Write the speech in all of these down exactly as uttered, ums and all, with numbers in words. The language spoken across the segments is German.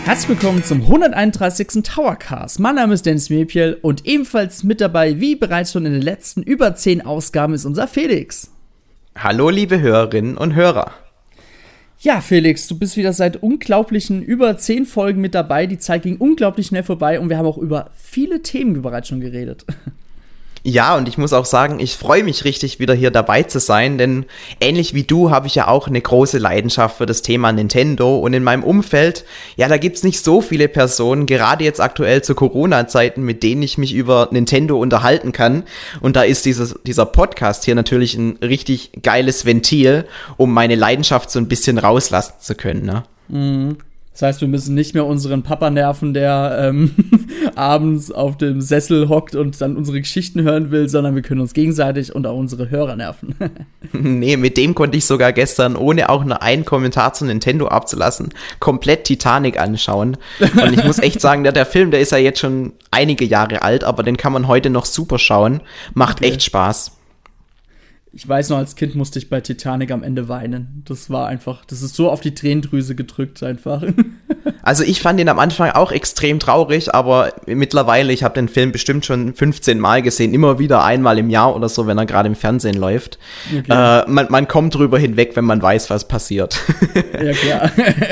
Herzlich willkommen zum hunderteinunddreißigsten Towercast. Mein Name ist Dennis Mepiel und ebenfalls mit dabei, wie bereits schon in den letzten über zehn Ausgaben, ist unser Felix. Hallo liebe Hörerinnen und Hörer. Ja, Felix, du bist wieder seit unglaublichen über zehn Folgen mit dabei. Die Zeit ging unglaublich schnell vorbei und wir haben auch über viele Themen bereits schon geredet. Ja, und ich muss auch sagen, ich freue mich richtig, wieder hier dabei zu sein, denn ähnlich wie du habe ich ja auch eine große Leidenschaft für das Thema Nintendo und in meinem Umfeld, ja, da gibt's nicht so viele Personen, gerade jetzt aktuell zu Corona-Zeiten, mit denen ich mich über Nintendo unterhalten kann, und da ist dieses, dieser Podcast hier natürlich ein richtig geiles Ventil, um meine Leidenschaft so ein bisschen rauslassen zu können, ne? Mhm. Das heißt, wir müssen nicht mehr unseren Papa nerven, der ähm, abends auf dem Sessel hockt und dann unsere Geschichten hören will, sondern wir können uns gegenseitig und auch unsere Hörer nerven. Nee, mit dem konnte ich sogar gestern, ohne auch nur einen Kommentar zu Nintendo abzulassen, komplett Titanic anschauen. Und ich muss echt sagen, der, der Film, der ist ja jetzt schon einige Jahre alt, aber den kann man heute noch super schauen. Macht okay. Echt Spaß. Ich weiß noch, als Kind musste ich bei Titanic am Ende weinen. Das war einfach, das ist so auf die Tränendrüse gedrückt einfach. Also ich fand ihn am Anfang auch extrem traurig, aber mittlerweile, ich habe den Film bestimmt schon fünfzehn Mal gesehen, immer wieder einmal im Jahr oder so, wenn er gerade im Fernsehen läuft. Okay. Äh, man, man kommt drüber hinweg, wenn man weiß, was passiert. Ja, klar.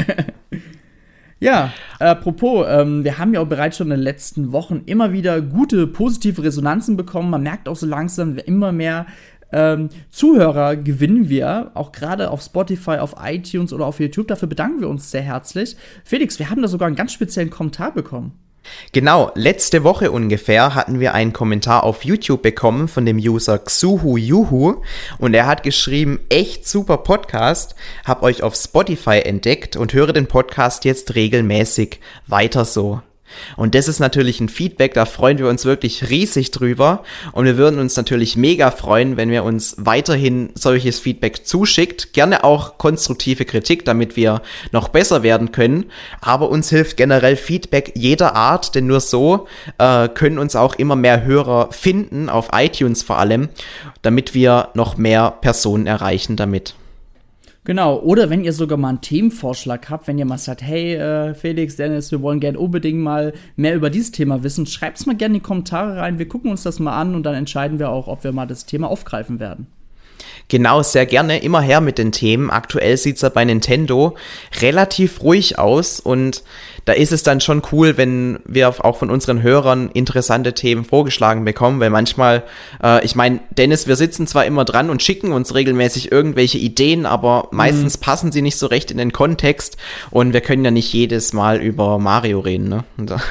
Ja, apropos, ähm, wir haben ja auch bereits schon in den letzten Wochen immer wieder gute, positive Resonanzen bekommen. Man merkt auch so langsam immer mehr Ähm, Zuhörer gewinnen wir, auch gerade auf Spotify, auf iTunes oder auf YouTube. Dafür bedanken wir uns sehr herzlich. Felix, wir haben da sogar einen ganz speziellen Kommentar bekommen. Genau, letzte Woche ungefähr hatten wir einen Kommentar auf YouTube bekommen von dem User XuhuYuhu und er hat geschrieben, echt super Podcast, hab euch auf Spotify entdeckt und höre den Podcast jetzt regelmäßig, weiter so. Und das ist natürlich ein Feedback, da freuen wir uns wirklich riesig drüber und wir würden uns natürlich mega freuen, wenn ihr uns weiterhin solches Feedback zuschickt, gerne auch konstruktive Kritik, damit wir noch besser werden können, aber uns hilft generell Feedback jeder Art, denn nur so äh, können uns auch immer mehr Hörer finden, auf iTunes vor allem, damit wir noch mehr Personen erreichen damit. Genau, oder wenn ihr sogar mal einen Themenvorschlag habt, wenn ihr mal sagt, hey äh, Felix, Dennis, wir wollen gerne unbedingt mal mehr über dieses Thema wissen, schreibt's mal gerne in die Kommentare rein, wir gucken uns das mal an und dann entscheiden wir auch, ob wir mal das Thema aufgreifen werden. Genau, sehr gerne, immer her mit den Themen. Aktuell sieht's ja bei Nintendo relativ ruhig aus und da ist es dann schon cool, wenn wir auch von unseren Hörern interessante Themen vorgeschlagen bekommen, weil manchmal, äh, ich meine, Dennis, wir sitzen zwar immer dran und schicken uns regelmäßig irgendwelche Ideen, aber meistens mhm. passen sie nicht so recht in den Kontext und wir können ja nicht jedes Mal über Mario reden, ne?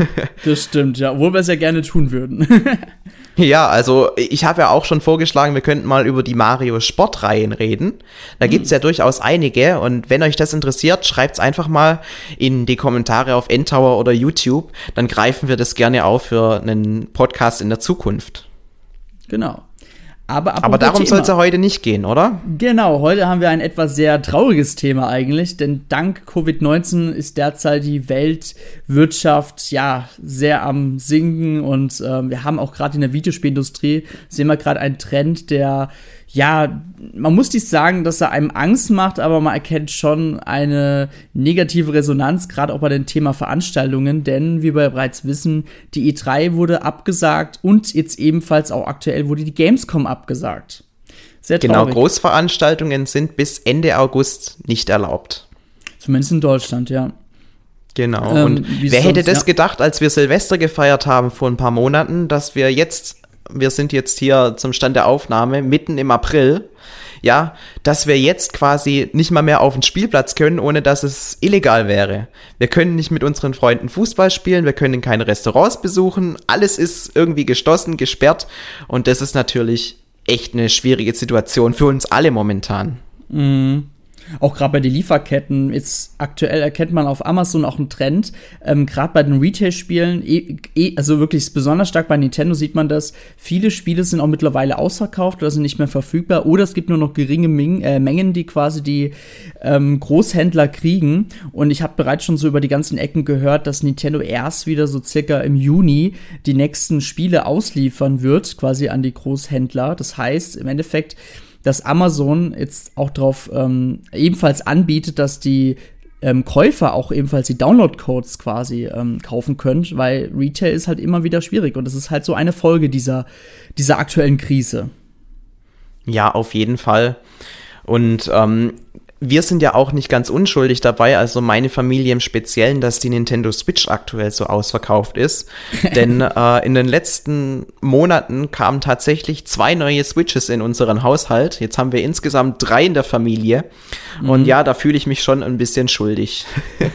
Das stimmt, ja, obwohl wir es ja gerne tun würden. Ja, also ich habe ja auch schon vorgeschlagen, wir könnten mal über die Mario-Sportreihen reden. Da gibt's ja durchaus einige und wenn euch das interessiert, schreibt's einfach mal in die Kommentare auf N-Tower oder YouTube. Dann greifen wir das gerne auf für einen Podcast in der Zukunft. Genau. Aber, Aber darum soll es ja heute nicht gehen, oder? Genau, heute haben wir ein etwas sehr trauriges Thema eigentlich, denn dank Covid neunzehn ist derzeit die Weltwirtschaft ja sehr am Sinken und äh, wir haben auch gerade in der Videospielindustrie, sehen wir gerade einen Trend, der, ja, man muss nicht sagen, dass er einem Angst macht, aber man erkennt schon eine negative Resonanz, gerade auch bei dem Thema Veranstaltungen, denn wie wir bereits wissen, die E drei wurde abgesagt und jetzt ebenfalls auch aktuell wurde die Gamescom abgesagt. Sehr traurig. Genau, Großveranstaltungen sind bis Ende August nicht erlaubt. Zumindest in Deutschland, ja. Genau, ähm, und wer sonst, hätte das ja. gedacht, als wir Silvester gefeiert haben vor ein paar Monaten, dass wir jetzt wir sind jetzt hier zum Stand der Aufnahme mitten im April, ja, dass wir jetzt quasi nicht mal mehr auf den Spielplatz können, ohne dass es illegal wäre. Wir können nicht mit unseren Freunden Fußball spielen, wir können keine Restaurants besuchen, alles ist irgendwie geschlossen, gesperrt und das ist natürlich echt eine schwierige Situation für uns alle momentan. Mhm. Auch gerade bei den Lieferketten, jetzt aktuell erkennt man auf Amazon auch einen Trend, ähm, gerade bei den Retail-Spielen, eh, eh, also wirklich besonders stark bei Nintendo sieht man das, viele Spiele sind auch mittlerweile ausverkauft oder sind nicht mehr verfügbar oder es gibt nur noch geringe Ming- äh, Mengen, die quasi die ähm, Großhändler kriegen und ich habe bereits schon so über die ganzen Ecken gehört, dass Nintendo erst wieder so circa im Juni die nächsten Spiele ausliefern wird, quasi an die Großhändler, das heißt im Endeffekt dass Amazon jetzt auch drauf ähm, ebenfalls anbietet, dass die ähm, Käufer auch ebenfalls die Download-Codes quasi ähm, kaufen können, weil Retail ist halt immer wieder schwierig und das ist halt so eine Folge dieser, dieser aktuellen Krise. Ja, auf jeden Fall. Und ähm, wir sind ja auch nicht ganz unschuldig dabei, also meine Familie im Speziellen, dass die Nintendo Switch aktuell so ausverkauft ist. Denn äh, in den letzten Monaten kamen tatsächlich zwei neue Switches in unseren Haushalt. Jetzt haben wir insgesamt drei in der Familie. Mhm. Und ja, da fühle ich mich schon ein bisschen schuldig.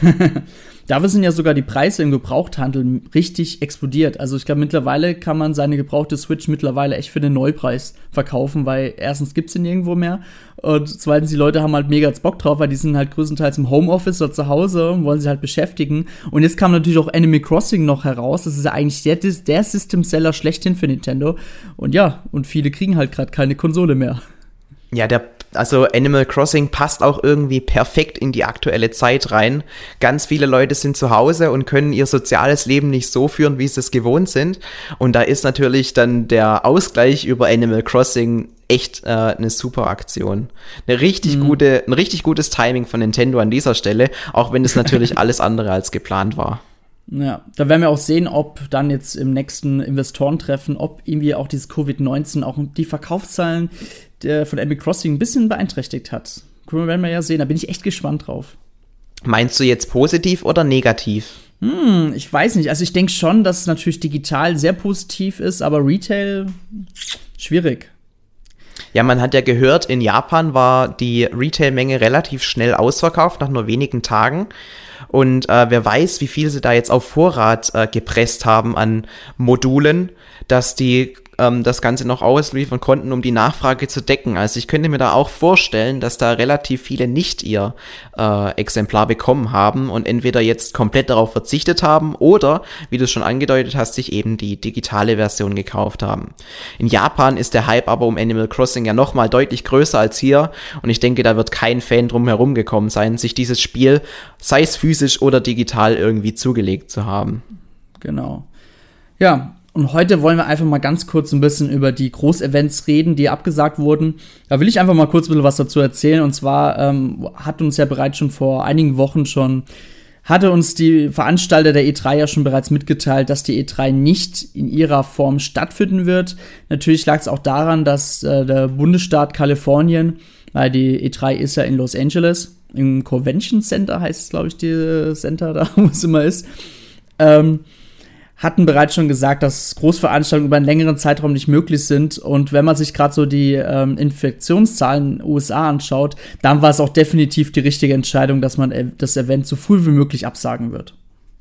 Dafür sind ja sogar die Preise im Gebrauchthandel richtig explodiert. Also ich glaube, mittlerweile kann man seine gebrauchte Switch mittlerweile echt für den Neupreis verkaufen, weil erstens gibt es den nirgendwo mehr und zweitens, die Leute haben halt mega Bock drauf, weil die sind halt größtenteils im Homeoffice oder zu Hause und wollen sich halt beschäftigen. Und jetzt kam natürlich auch Animal Crossing noch heraus. Das ist ja eigentlich der, der System-Seller schlechthin für Nintendo. Und ja, und viele kriegen halt gerade keine Konsole mehr. Ja, der Also Animal Crossing passt auch irgendwie perfekt in die aktuelle Zeit rein. Ganz viele Leute sind zu Hause und können ihr soziales Leben nicht so führen, wie sie es gewohnt sind. Und da ist natürlich dann der Ausgleich über Animal Crossing echt äh, eine super Aktion. Eine richtig mhm. gute, ein richtig gutes Timing von Nintendo an dieser Stelle, auch wenn es natürlich alles andere als geplant war. Ja, da werden wir auch sehen, ob dann jetzt im nächsten Investorentreffen, ob irgendwie auch dieses Covid neunzehn auch die Verkaufszahlen der von Animal Crossing ein bisschen beeinträchtigt hat. Werden wir ja sehen, da bin ich echt gespannt drauf. Meinst du jetzt positiv oder negativ? Hm, ich weiß nicht. Also ich denke schon, dass es natürlich digital sehr positiv ist, aber Retail schwierig. Ja, man hat ja gehört, in Japan war die Retail-Menge relativ schnell ausverkauft, nach nur wenigen Tagen. Und äh, wer weiß, wie viel sie da jetzt auf Vorrat äh, gepresst haben an Modulen, dass die ähm, das Ganze noch ausliefern konnten, um die Nachfrage zu decken. Also ich könnte mir da auch vorstellen, dass da relativ viele nicht ihr äh, Exemplar bekommen haben und entweder jetzt komplett darauf verzichtet haben oder, wie du es schon angedeutet hast, sich eben die digitale Version gekauft haben. In Japan ist der Hype aber um Animal Crossing ja nochmal deutlich größer als hier und ich denke, da wird kein Fan drum herum gekommen sein, sich dieses Spiel, sei es physisch oder digital, irgendwie zugelegt zu haben. Genau. Ja, und heute wollen wir einfach mal ganz kurz ein bisschen über die Großevents reden, die abgesagt wurden. Da will ich einfach mal kurz ein bisschen was dazu erzählen. Und zwar ähm, hat uns ja bereits schon vor einigen Wochen schon, hatte uns die Veranstalter der E drei ja schon bereits mitgeteilt, dass die E drei nicht in ihrer Form stattfinden wird. Natürlich lag es auch daran, dass äh, der Bundesstaat Kalifornien, weil die E drei ist ja in Los Angeles, im Convention Center heißt es, glaube ich, die Center da, wo es immer ist, ähm, hatten bereits schon gesagt, dass Großveranstaltungen über einen längeren Zeitraum nicht möglich sind. Und wenn man sich gerade so die ähm, Infektionszahlen in den U S A anschaut, dann war es auch definitiv die richtige Entscheidung, dass man äh, das Event so früh wie möglich absagen wird.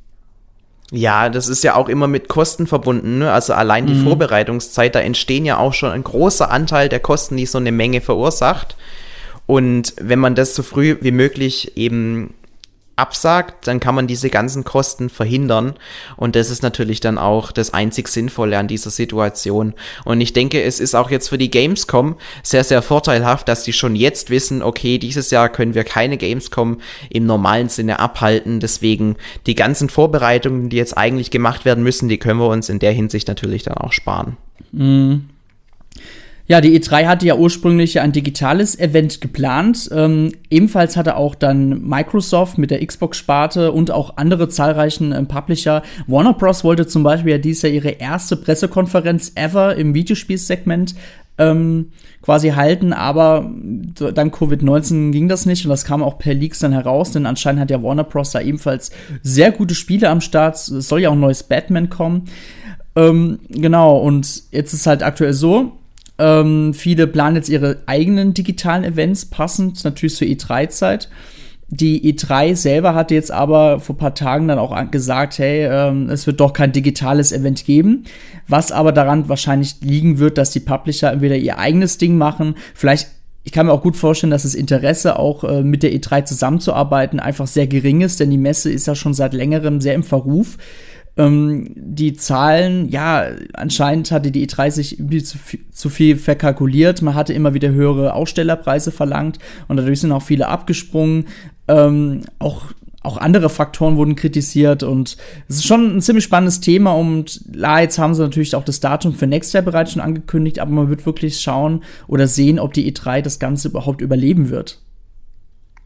Ja, das ist ja auch immer mit Kosten verbunden, ne? Also allein die mhm. Vorbereitungszeit, da entstehen ja auch schon ein großer Anteil der Kosten, die so eine Menge verursacht. Und wenn man das so früh wie möglich eben absagt, dann kann man diese ganzen Kosten verhindern und das ist natürlich dann auch das einzig Sinnvolle an dieser Situation und ich denke, es ist auch jetzt für die Gamescom sehr, sehr vorteilhaft, dass die schon jetzt wissen, okay, dieses Jahr können wir keine Gamescom im normalen Sinne abhalten, deswegen die ganzen Vorbereitungen, die jetzt eigentlich gemacht werden müssen, die können wir uns in der Hinsicht natürlich dann auch sparen. Mhm. Ja, die E drei hatte ja ursprünglich ein digitales Event geplant. Ähm, ebenfalls hatte auch dann Microsoft mit der Xbox-Sparte und auch andere zahlreichen ähm, Publisher. Warner Bros. Wollte zum Beispiel ja dieses Jahr ihre erste Pressekonferenz ever im Videospielsegment ähm, quasi halten, aber dank Covid neunzehn ging das nicht und das kam auch per Leaks dann heraus, denn anscheinend hat ja Warner Bros. Da ebenfalls sehr gute Spiele am Start. Es soll ja auch ein neues Batman kommen. Ähm, genau, und jetzt ist halt aktuell so, Ähm, viele planen jetzt ihre eigenen digitalen Events, passend natürlich zur E drei Zeit. Die E drei selber hatte jetzt aber vor ein paar Tagen dann auch gesagt, hey, ähm, es wird doch kein digitales Event geben, was aber daran wahrscheinlich liegen wird, dass die Publisher entweder ihr eigenes Ding machen, vielleicht, ich kann mir auch gut vorstellen, dass das Interesse auch äh, mit der E drei zusammenzuarbeiten einfach sehr gering ist, denn die Messe ist ja schon seit längerem sehr im Verruf. Ähm, die Zahlen, ja, anscheinend hatte die E drei sich zu viel, zu viel verkalkuliert. Man hatte immer wieder höhere Ausstellerpreise verlangt und dadurch sind auch viele abgesprungen. Ähm, auch, auch andere Faktoren wurden kritisiert und es ist schon ein ziemlich spannendes Thema und klar, jetzt haben sie natürlich auch das Datum für nächstes Jahr bereits schon angekündigt, aber man wird wirklich schauen oder sehen, ob die E drei das Ganze überhaupt überleben wird.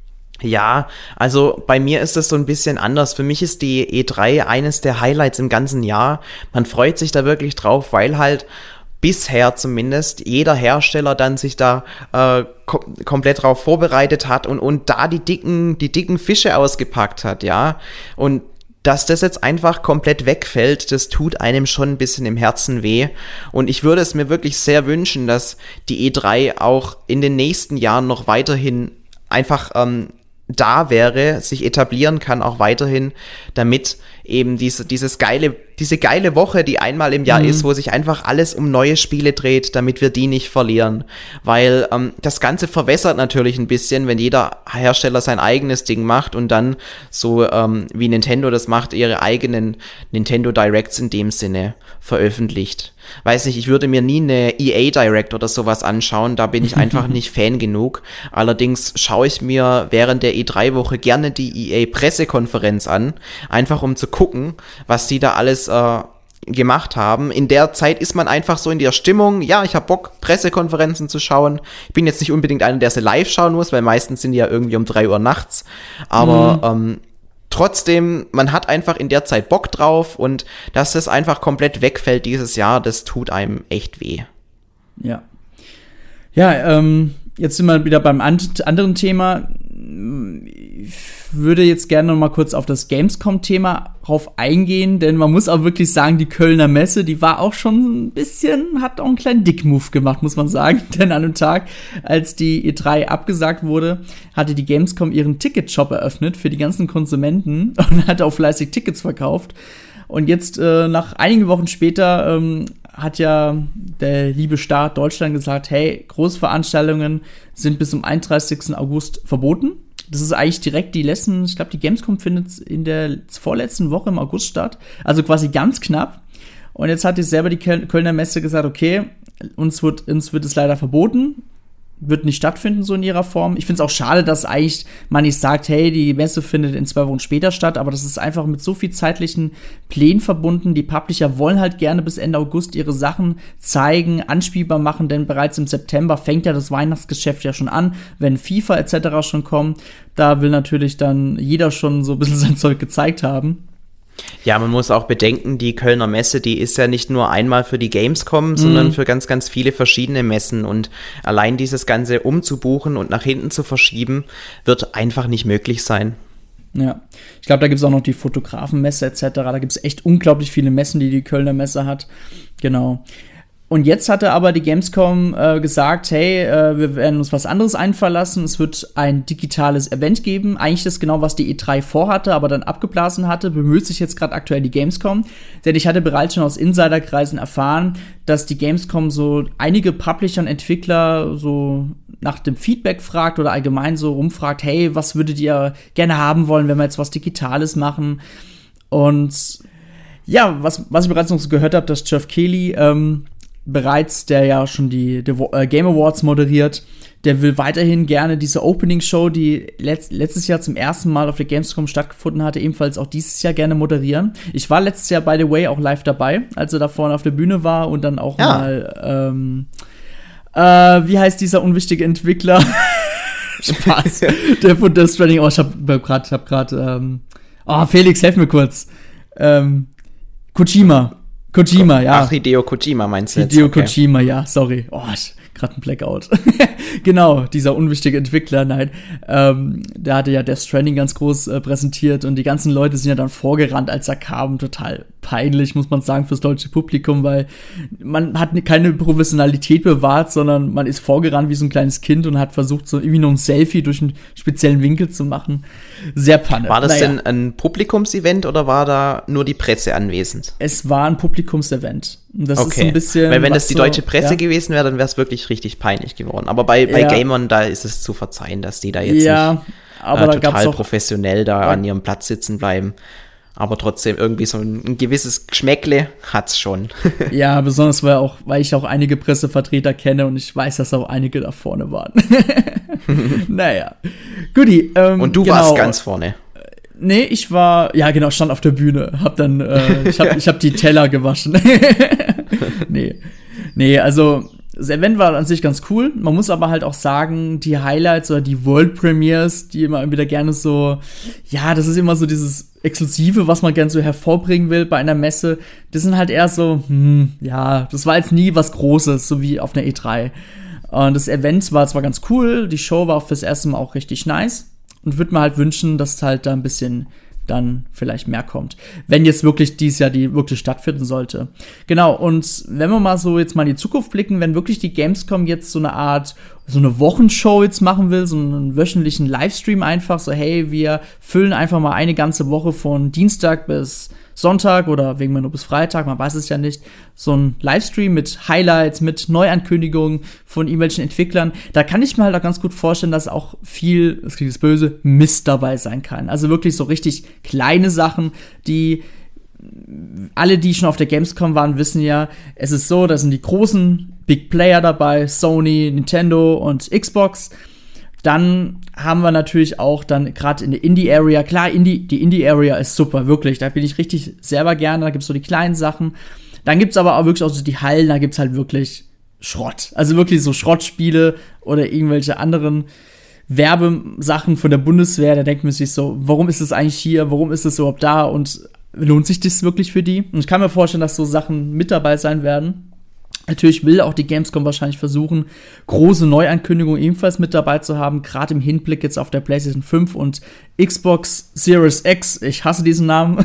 Ja, also bei mir ist es so ein bisschen anders. Für mich ist die E drei eines der Highlights im ganzen Jahr. Man freut sich da wirklich drauf, weil halt bisher zumindest jeder Hersteller dann sich da äh, kom- komplett drauf vorbereitet hat und, und da die dicken, die dicken Fische ausgepackt hat, ja. Und dass das jetzt einfach komplett wegfällt, das tut einem schon ein bisschen im Herzen weh. Und ich würde es mir wirklich sehr wünschen, dass die E drei auch in den nächsten Jahren noch weiterhin einfach ähm, da wäre, sich etablieren kann auch weiterhin, damit eben diese, dieses geile, diese geile Woche, die einmal im Jahr mhm. ist, wo sich einfach alles um neue Spiele dreht, damit wir die nicht verlieren. Weil ähm, das Ganze verwässert natürlich ein bisschen, wenn jeder Hersteller sein eigenes Ding macht und dann so ähm, wie Nintendo das macht, ihre eigenen Nintendo Directs in dem Sinne veröffentlicht. Weiß nicht, ich würde mir nie eine E A Direct oder sowas anschauen, da bin ich einfach nicht Fan genug. Allerdings schaue ich mir während der E drei Woche gerne die E A Pressekonferenz an, einfach um zu gucken, was sie da alles äh, gemacht haben. In der Zeit ist man einfach so in der Stimmung, ja, ich habe Bock, Pressekonferenzen zu schauen. Ich bin jetzt nicht unbedingt einer, der sie live schauen muss, weil meistens sind die ja irgendwie um drei Uhr nachts. Aber mhm. ähm, trotzdem, man hat einfach in der Zeit Bock drauf und dass es einfach komplett wegfällt dieses Jahr, das tut einem echt weh. Ja. Ja, ähm, jetzt sind wir wieder beim anderen Thema. Ich würde jetzt gerne noch mal kurz auf das Gamescom-Thema drauf eingehen, denn man muss auch wirklich sagen, die Kölner Messe, die war auch schon ein bisschen, hat auch einen kleinen Dick-Move gemacht, muss man sagen. Denn an dem Tag, als die E drei abgesagt wurde, hatte die Gamescom ihren Ticket-Shop eröffnet für die ganzen Konsumenten und hat auch fleißig Tickets verkauft. Und jetzt, äh, nach einigen Wochen später, ähm, hat ja der liebe Staat Deutschland gesagt, hey, Großveranstaltungen sind bis zum einunddreißigsten August verboten. Das ist eigentlich direkt die letzten, ich glaube, die Gamescom findet in der vorletzten Woche im August statt. Also quasi ganz knapp. Und jetzt hat jetzt selber die Kölner Messe gesagt, okay, uns wird, uns wird es leider verboten. Wird nicht stattfinden, so in ihrer Form. Ich finde es auch schade, dass eigentlich man nicht sagt, hey, die Messe findet in zwei Wochen später statt, aber das ist einfach mit so viel zeitlichen Plänen verbunden. Die Publisher wollen halt gerne bis Ende August ihre Sachen zeigen, anspielbar machen, denn bereits im September fängt ja das Weihnachtsgeschäft ja schon an, wenn FIFA et cetera schon kommt. Da will natürlich dann jeder schon so ein bisschen sein Zeug gezeigt haben. Ja, man muss auch bedenken, die Kölner Messe, die ist ja nicht nur einmal für die Gamescom, mhm. sondern für ganz, ganz viele verschiedene Messen. Und allein dieses Ganze umzubuchen und nach hinten zu verschieben, wird einfach nicht möglich sein. Ja, ich glaube, da gibt es auch noch die Fotografenmesse et cetera. Da gibt es echt unglaublich viele Messen, die die Kölner Messe hat. Genau. Und jetzt hatte aber die Gamescom äh, gesagt, hey, äh, wir werden uns was anderes einfallen lassen. Es wird ein digitales Event geben. Eigentlich das genau, was die E drei vorhatte, aber dann abgeblasen hatte. Bemüht sich jetzt gerade aktuell die Gamescom. Denn ich hatte bereits schon aus Insiderkreisen erfahren, dass die Gamescom so einige Publisher und Entwickler so nach dem Feedback fragt oder allgemein so rumfragt, hey, was würdet ihr gerne haben wollen, wenn wir jetzt was Digitales machen? Und ja, was, was ich bereits noch so gehört habe, dass Geoff Keighley ähm, bereits, der ja schon die, die äh, Game Awards moderiert, der will weiterhin gerne diese Opening-Show, die letzt, letztes Jahr zum ersten Mal auf der Gamescom stattgefunden hatte, ebenfalls auch dieses Jahr gerne moderieren. Ich war letztes Jahr, by the way, auch live dabei, als er da vorne auf der Bühne war und dann auch ja. mal, ähm, äh, wie heißt dieser unwichtige Entwickler? Spaß. Der von Death Stranding, oh, ich hab grad, ich hab grad, ähm, oh, Felix, helf mir kurz. Ähm, Kojima. Kojima, ja. Ach, Hideo Kojima meinst du jetzt? Hideo okay. Kojima, ja, sorry. Oh, ich gerade ein Blackout. Genau, dieser unwichtige Entwickler, nein. Ähm, der hatte ja Death Stranding ganz groß äh, präsentiert und die ganzen Leute sind ja dann vorgerannt, als er kam. Total peinlich, muss man sagen, fürs deutsche Publikum, weil man hat keine Professionalität bewahrt, sondern man ist vorgerannt wie so ein kleines Kind und hat versucht, so irgendwie noch ein Selfie durch einen speziellen Winkel zu machen. Sehr panne. War das naja. denn ein Publikumsevent oder war da nur die Presse anwesend? Es war ein Publikumsevent. Das okay. ist so ein bisschen. Weil wenn das die so, deutsche Presse ja. gewesen wäre, dann wäre es wirklich richtig peinlich geworden. Aber bei, bei ja. Gamern, da ist es zu verzeihen, dass die da jetzt ja, nicht aber äh, da total auch, professionell da ja. an ihrem Platz sitzen bleiben. Aber trotzdem irgendwie so ein, ein gewisses Geschmäckle hat's schon. Ja, besonders weil auch, weil ich auch einige Pressevertreter kenne und ich weiß, dass auch einige da vorne waren. Naja. Guti. Ähm, und du genau. warst ganz vorne. Nee, ich war, ja genau, stand auf der Bühne, hab dann, äh, ich hab, ich hab die Teller gewaschen. nee, nee, also das Event war an sich ganz cool. Man muss aber halt auch sagen, die Highlights oder die World Premiers, die immer wieder gerne so, ja, das ist immer so dieses Exklusive, was man gerne so hervorbringen will bei einer Messe. Das sind halt eher so, hm, ja, das war jetzt nie was Großes, so wie auf einer E drei. Und das Event war zwar ganz cool, die Show war auch fürs erste Mal auch richtig nice und würde mir halt wünschen, dass halt da ein bisschen dann vielleicht mehr kommt. Wenn jetzt wirklich dieses Jahr die wirklich stattfinden sollte. Genau, und wenn wir mal so jetzt mal in die Zukunft blicken, wenn wirklich die Gamescom jetzt so eine Art, so eine Wochenshow jetzt machen will, so einen wöchentlichen Livestream einfach, so hey, wir füllen einfach mal eine ganze Woche von Dienstag bis Sonntag oder wegen mir nur bis Freitag, man weiß es ja nicht, so ein Livestream mit Highlights, mit Neuankündigungen von irgendwelchen Entwicklern, da kann ich mir halt auch ganz gut vorstellen, dass auch viel, das klingt jetzt böse, Mist dabei sein kann. Also wirklich so richtig kleine Sachen, die alle, die schon auf der Gamescom waren, wissen ja, es ist so, da sind die großen Big Player dabei, Sony, Nintendo und Xbox. Dann haben wir natürlich auch dann gerade in der Indie-Area, klar, Indie, die Indie-Area ist super, wirklich, da bin ich richtig selber gerne, da gibt's so die kleinen Sachen. Dann gibt's aber auch wirklich auch so die Hallen, da gibt's halt wirklich Schrott. Also wirklich so Schrottspiele oder irgendwelche anderen Werbesachen von der Bundeswehr, da denkt man sich so, warum ist es eigentlich hier, warum ist es überhaupt da und lohnt sich das wirklich für die? Und ich kann mir vorstellen, dass so Sachen mit dabei sein werden. Natürlich will auch die Gamescom wahrscheinlich versuchen, große Neuankündigungen ebenfalls mit dabei zu haben, gerade im Hinblick jetzt auf der PlayStation fünf und Xbox Series X. Ich hasse diesen Namen.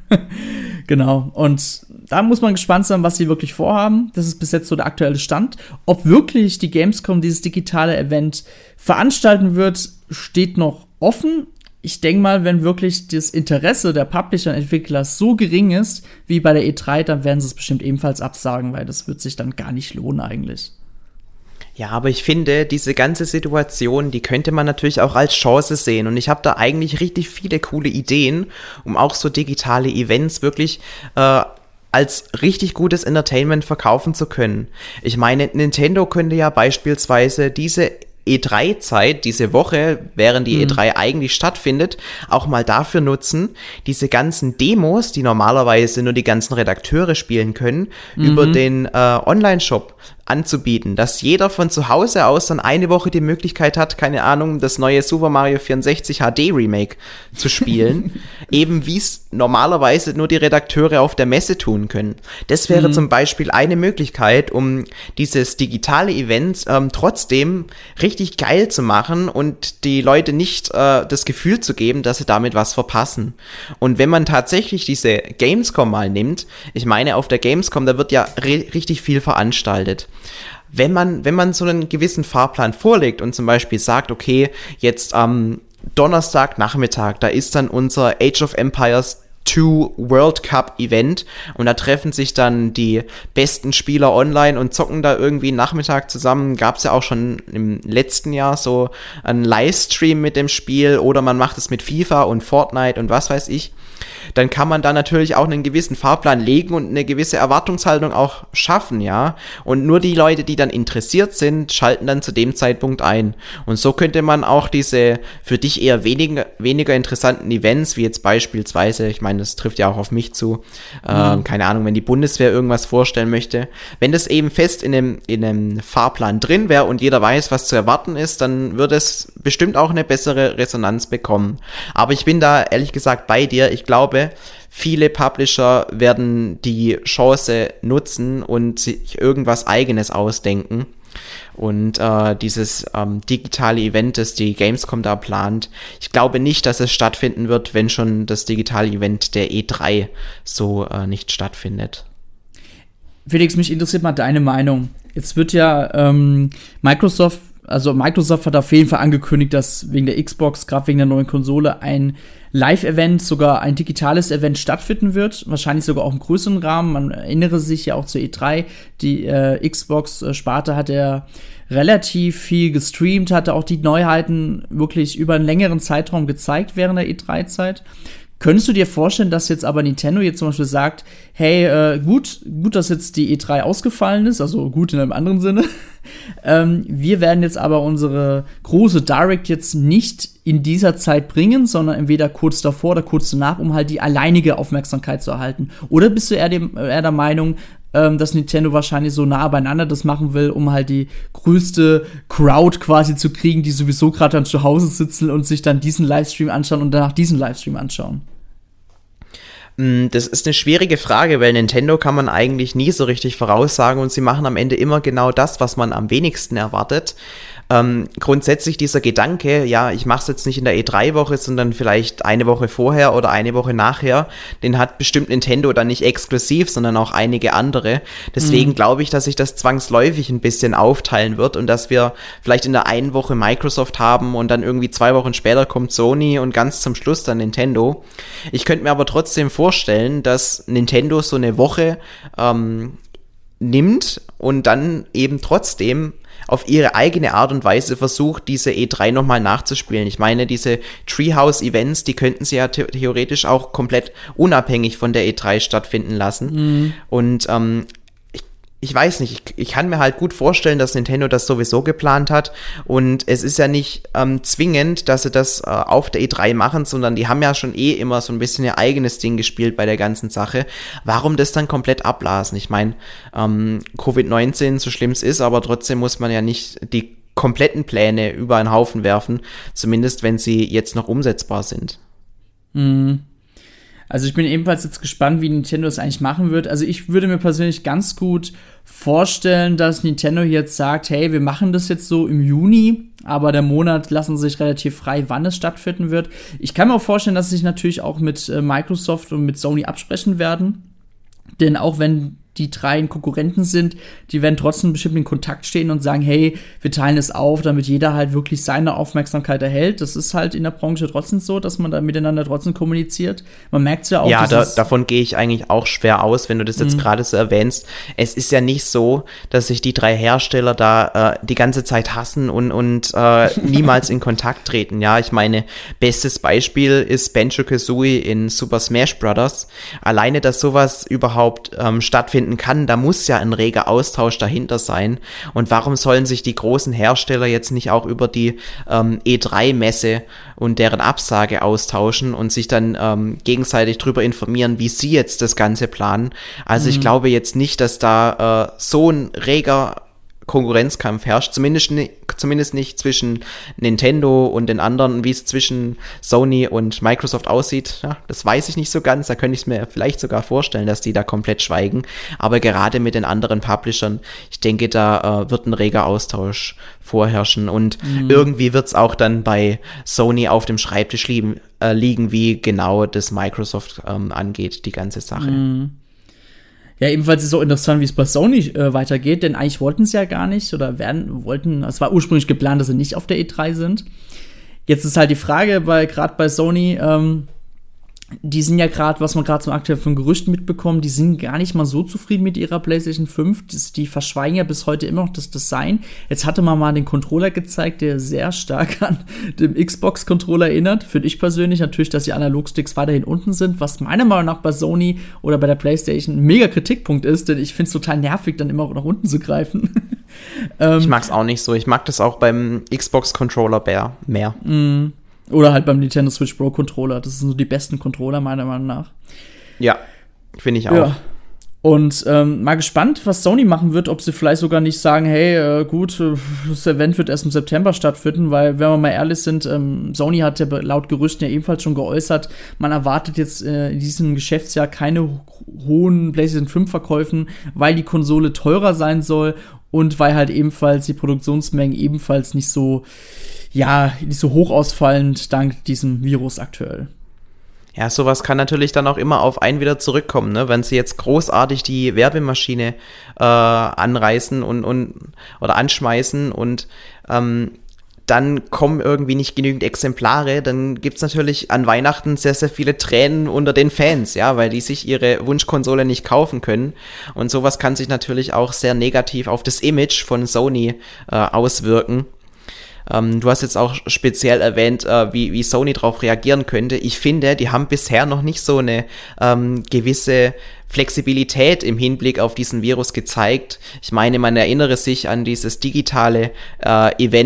Genau. Und da muss man gespannt sein, was sie wirklich vorhaben. Das ist bis jetzt so der aktuelle Stand. Ob wirklich die Gamescom dieses digitale Event veranstalten wird, steht noch offen. Ich denke mal, wenn wirklich das Interesse der Publisher und Entwickler so gering ist wie bei der E drei, dann werden sie es bestimmt ebenfalls absagen, weil das wird sich dann gar nicht lohnen eigentlich. Ja, aber ich finde, diese ganze Situation, die könnte man natürlich auch als Chance sehen. Und ich habe da eigentlich richtig viele coole Ideen, um auch so digitale Events wirklich äh, als richtig gutes Entertainment verkaufen zu können. Ich meine, Nintendo könnte ja beispielsweise diese E drei Zeit, diese Woche, während die mhm. E drei eigentlich stattfindet, auch mal dafür nutzen, diese ganzen Demos, die normalerweise nur die ganzen Redakteure spielen können, mhm. über den äh, Online-Shop anzubieten, dass jeder von zu Hause aus dann eine Woche die Möglichkeit hat, keine Ahnung, das neue Super Mario vierundsechzig H D Remake zu spielen, eben wie es normalerweise nur die Redakteure auf der Messe tun können. Das wäre mhm. zum Beispiel eine Möglichkeit, um dieses digitale Event ähm, trotzdem richtig geil zu machen und die Leute nicht äh, das Gefühl zu geben, dass sie damit was verpassen. Und wenn man tatsächlich diese Gamescom mal nimmt, ich meine, auf der Gamescom, da wird ja re- richtig viel veranstaltet. Wenn man, wenn man so einen gewissen Fahrplan vorlegt und zum Beispiel sagt, okay, jetzt am Donnerstagnachmittag, da ist dann unser Age of Empires zwei World Cup Event und da treffen sich dann die besten Spieler online und zocken da irgendwie Nachmittag zusammen. Gab es ja auch schon im letzten Jahr so einen Livestream mit dem Spiel oder man macht es mit FIFA und Fortnite und was weiß ich. Dann kann man da natürlich auch einen gewissen Fahrplan legen und eine gewisse Erwartungshaltung auch schaffen, ja. Und nur die Leute, die dann interessiert sind, schalten dann zu dem Zeitpunkt ein. Und so könnte man auch diese für dich eher weniger, weniger interessanten Events, wie jetzt beispielsweise, ich meine, das trifft ja auch auf mich zu, mhm. ähm, keine Ahnung, wenn die Bundeswehr irgendwas vorstellen möchte, wenn das eben fest in einem, in einem Fahrplan drin wäre und jeder weiß, was zu erwarten ist, dann würde es bestimmt auch eine bessere Resonanz bekommen. Aber ich bin da ehrlich gesagt bei dir. Ich glaube, viele Publisher werden die Chance nutzen und sich irgendwas Eigenes ausdenken. Und äh, dieses ähm, digitale Event, das die Gamescom da plant, ich glaube nicht, dass es stattfinden wird, wenn schon das digitale Event der E drei so äh, nicht stattfindet. Felix, mich interessiert mal deine Meinung. Jetzt wird ja ähm, Microsoft, also Microsoft hat auf jeden Fall angekündigt, dass wegen der Xbox, gerade wegen der neuen Konsole, ein Live-Event, sogar ein digitales Event stattfinden wird. Wahrscheinlich sogar auch im größeren Rahmen. Man erinnere sich ja auch zur E drei. Die äh, Xbox-Sparte hat ja relativ viel gestreamt, hatte auch die Neuheiten wirklich über einen längeren Zeitraum gezeigt während der E drei Zeit. Könntest du dir vorstellen, dass jetzt aber Nintendo jetzt zum Beispiel sagt, hey, äh, gut, gut, dass jetzt die E drei ausgefallen ist, also gut in einem anderen Sinne. ähm, wir werden jetzt aber unsere große Direct jetzt nicht in dieser Zeit bringen, sondern entweder kurz davor oder kurz danach, um halt die alleinige Aufmerksamkeit zu erhalten. Oder bist du eher, dem, eher der Meinung, ähm, dass Nintendo wahrscheinlich so nah beieinander das machen will, um halt die größte Crowd quasi zu kriegen, die sowieso gerade dann zu Hause sitzen und sich dann diesen Livestream anschauen und danach diesen Livestream anschauen. Das ist eine schwierige Frage, weil Nintendo kann man eigentlich nie so richtig voraussagen und sie machen am Ende immer genau das, was man am wenigsten erwartet. Ähm, grundsätzlich dieser Gedanke, ja, ich mache es jetzt nicht in der E drei Woche, sondern vielleicht eine Woche vorher oder eine Woche nachher, den hat bestimmt Nintendo dann nicht exklusiv, sondern auch einige andere. Deswegen mhm. glaube ich, dass sich das zwangsläufig ein bisschen aufteilen wird und dass wir vielleicht in der einen Woche Microsoft haben und dann irgendwie zwei Wochen später kommt Sony und ganz zum Schluss dann Nintendo. Ich könnte mir aber trotzdem vorstellen, dass Nintendo so eine Woche ähm, nimmt und dann eben trotzdem auf ihre eigene Art und Weise versucht, diese E drei nochmal nachzuspielen. Ich meine, diese Treehouse-Events, die könnten sie ja the- theoretisch auch komplett unabhängig von der E drei stattfinden lassen. Mhm. Und ähm, ich, ich weiß nicht, ich, ich kann mir halt gut vorstellen, dass Nintendo das sowieso geplant hat. Und es ist ja nicht ähm, zwingend, dass sie das äh, auf der E drei machen, sondern die haben ja schon eh immer so ein bisschen ihr eigenes Ding gespielt bei der ganzen Sache. Warum das dann komplett abblasen? Ich meine, ähm, Covid neunzehn, so schlimm es ist, aber trotzdem muss man ja nicht die kompletten Pläne über einen Haufen werfen, zumindest wenn sie jetzt noch umsetzbar sind. Mhm. Also ich bin ebenfalls jetzt gespannt, wie Nintendo das eigentlich machen wird. Also ich würde mir persönlich ganz gut vorstellen, dass Nintendo jetzt sagt, hey, wir machen das jetzt so im Juni, aber der Monat lassen sich relativ frei, wann es stattfinden wird. Ich kann mir auch vorstellen, dass sie sich natürlich auch mit äh, Microsoft und mit Sony absprechen werden. Denn auch wenn die drei Konkurrenten sind, die werden trotzdem bestimmt in Kontakt stehen und sagen, hey, wir teilen es auf, damit jeder halt wirklich seine Aufmerksamkeit erhält. Das ist halt in der Branche trotzdem so, dass man da miteinander trotzdem kommuniziert. Man merkt es ja auch. Ja, da, davon gehe ich eigentlich auch schwer aus, wenn du das jetzt mhm. gerade so erwähnst. Es ist ja nicht so, dass sich die drei Hersteller da äh, die ganze Zeit hassen und, und äh, niemals in Kontakt treten. Ja, ich meine, bestes Beispiel ist Banjo-Kazooie in Super Smash Bros. Alleine, dass sowas überhaupt ähm, stattfinden kann, da muss ja ein reger Austausch dahinter sein. Und warum sollen sich die großen Hersteller jetzt nicht auch über die ähm, E drei Messe und deren Absage austauschen und sich dann ähm, gegenseitig darüber informieren, wie sie jetzt das Ganze planen? Also mhm. ich glaube jetzt nicht, dass da äh, so ein reger Konkurrenzkampf herrscht, zumindest, ni- zumindest nicht zwischen Nintendo und den anderen, wie es zwischen Sony und Microsoft aussieht. Ja, das weiß ich nicht so ganz, da könnte ich es mir vielleicht sogar vorstellen, dass die da komplett schweigen, aber gerade mit den anderen Publishern, ich denke, da äh, wird ein reger Austausch vorherrschen und mhm. irgendwie wird es auch dann bei Sony auf dem Schreibtisch liegen, äh, liegen wie genau das Microsoft ähm, angeht, die ganze Sache. Mhm. Ja, ebenfalls ist es auch interessant, wie es bei Sony äh, weitergeht, denn eigentlich wollten sie ja gar nicht oder werden, wollten, es war ursprünglich geplant, dass sie nicht auf der E drei sind. Jetzt ist halt die Frage, weil gerade bei Sony, ähm, die sind ja gerade, was man gerade so aktuell von Gerüchten mitbekommt, die sind gar nicht mal so zufrieden mit ihrer PlayStation fünf. Das, die verschweigen ja bis heute immer noch das Design. Jetzt hatte man mal den Controller gezeigt, der sehr stark an den Xbox-Controller erinnert. Finde ich persönlich natürlich, dass die Analogsticks weiterhin unten sind, was meiner Meinung nach bei Sony oder bei der PlayStation ein mega Kritikpunkt ist, denn ich finde es total nervig, dann immer nach unten zu greifen. ähm, ich mag es auch nicht so. Ich mag das auch beim Xbox-Controller mehr. Mm. Oder halt beim Nintendo Switch Pro Controller. Das sind so die besten Controller, meiner Meinung nach. Ja, finde ich auch. Ja. Und ähm, mal gespannt, was Sony machen wird, ob sie vielleicht sogar nicht sagen, hey, äh, gut, das Event wird erst im September stattfinden, weil, wenn wir mal ehrlich sind, ähm, Sony hat ja laut Gerüchten ja ebenfalls schon geäußert, man erwartet jetzt äh, in diesem Geschäftsjahr keine ho- hohen PlayStation fünf Verkäufen, weil die Konsole teurer sein soll und weil halt ebenfalls die Produktionsmengen ebenfalls nicht so, ja, nicht so hoch ausfallend dank diesem Virus aktuell. Ja, sowas kann natürlich dann auch immer auf einen wieder zurückkommen, ne? Wenn sie jetzt großartig die Werbemaschine äh, anreißen und, und oder anschmeißen und ähm, dann kommen irgendwie nicht genügend Exemplare, dann gibt's natürlich an Weihnachten sehr, sehr viele Tränen unter den Fans, ja, weil die sich ihre Wunschkonsole nicht kaufen können. Und sowas kann sich natürlich auch sehr negativ auf das Image von Sony äh, auswirken. Ähm, du hast jetzt auch speziell erwähnt, äh, wie, wie Sony darauf reagieren könnte. Ich finde, die haben bisher noch nicht so eine ähm, gewisse Flexibilität im Hinblick auf diesen Virus gezeigt. Ich meine, man erinnere sich an dieses digitale äh, Event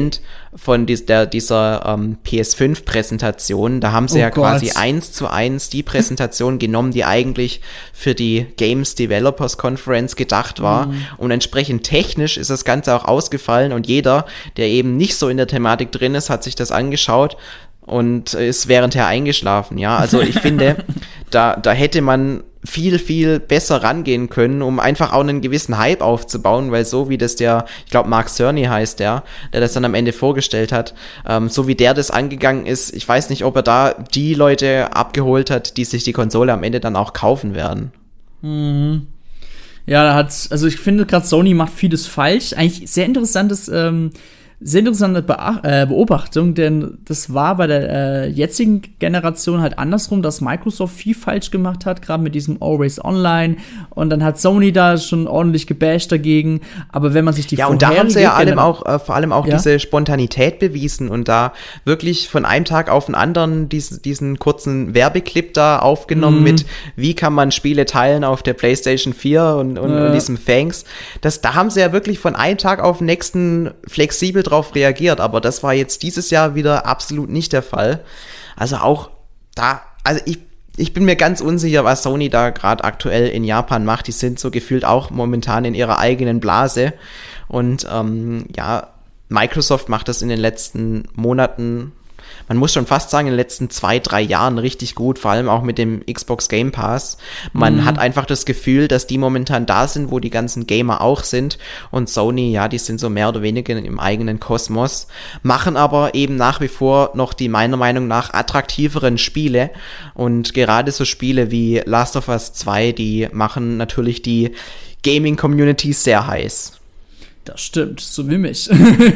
von dies, der, dieser ähm, P S fünf Präsentation. Da haben sie oh ja Gott. quasi eins zu eins die Präsentation genommen, die eigentlich für die Games Developers Conference gedacht war. Mhm. Und entsprechend technisch ist das Ganze auch ausgefallen und jeder, der eben nicht so in der Thematik drin ist, hat sich das angeschaut und ist währendher eingeschlafen. Ja, also ich finde, da, da hätte man viel, viel besser rangehen können, um einfach auch einen gewissen Hype aufzubauen, weil so wie das der, ich glaube Mark Cerny heißt der, der das dann am Ende vorgestellt hat, ähm, so wie der das angegangen ist, ich weiß nicht, ob er da die Leute abgeholt hat, die sich die Konsole am Ende dann auch kaufen werden. Mhm. Ja, da hat, also ich finde gerade Sony macht vieles falsch. Eigentlich sehr interessantes, ähm, sehr interessante Beach- äh, Beobachtung, denn das war bei der äh, jetzigen Generation halt andersrum, dass Microsoft viel falsch gemacht hat, gerade mit diesem Always Online, und dann hat Sony da schon ordentlich gebasht dagegen, aber wenn man sich die Ja, und da haben sie ja allem auch, äh, vor allem auch ja? diese Spontanität bewiesen und da wirklich von einem Tag auf den anderen diesen, diesen kurzen Werbeclip da aufgenommen mhm. mit, wie kann man Spiele teilen auf der PlayStation vier und, und, ja. und diesem Thanks. Das, da haben sie ja wirklich von einem Tag auf den nächsten flexibel drauf reagiert, aber das war jetzt dieses Jahr wieder absolut nicht der Fall. Also auch da, also ich, ich bin mir ganz unsicher, was Sony da gerade aktuell in Japan macht. Die sind so gefühlt auch momentan in ihrer eigenen Blase und ähm, ja, Microsoft macht das in den letzten Monaten, man muss schon fast sagen, in den letzten zwei, drei Jahren richtig gut, vor allem auch mit dem Xbox Game Pass. Man mhm. hat einfach das Gefühl, dass die momentan da sind, wo die ganzen Gamer auch sind. Und Sony, ja, die sind so mehr oder weniger im eigenen Kosmos, machen aber eben nach wie vor noch die meiner Meinung nach attraktiveren Spiele. Und gerade so Spiele wie Last of Us zwei, die machen natürlich die Gaming-Community sehr heiß. Das stimmt, so wie mich.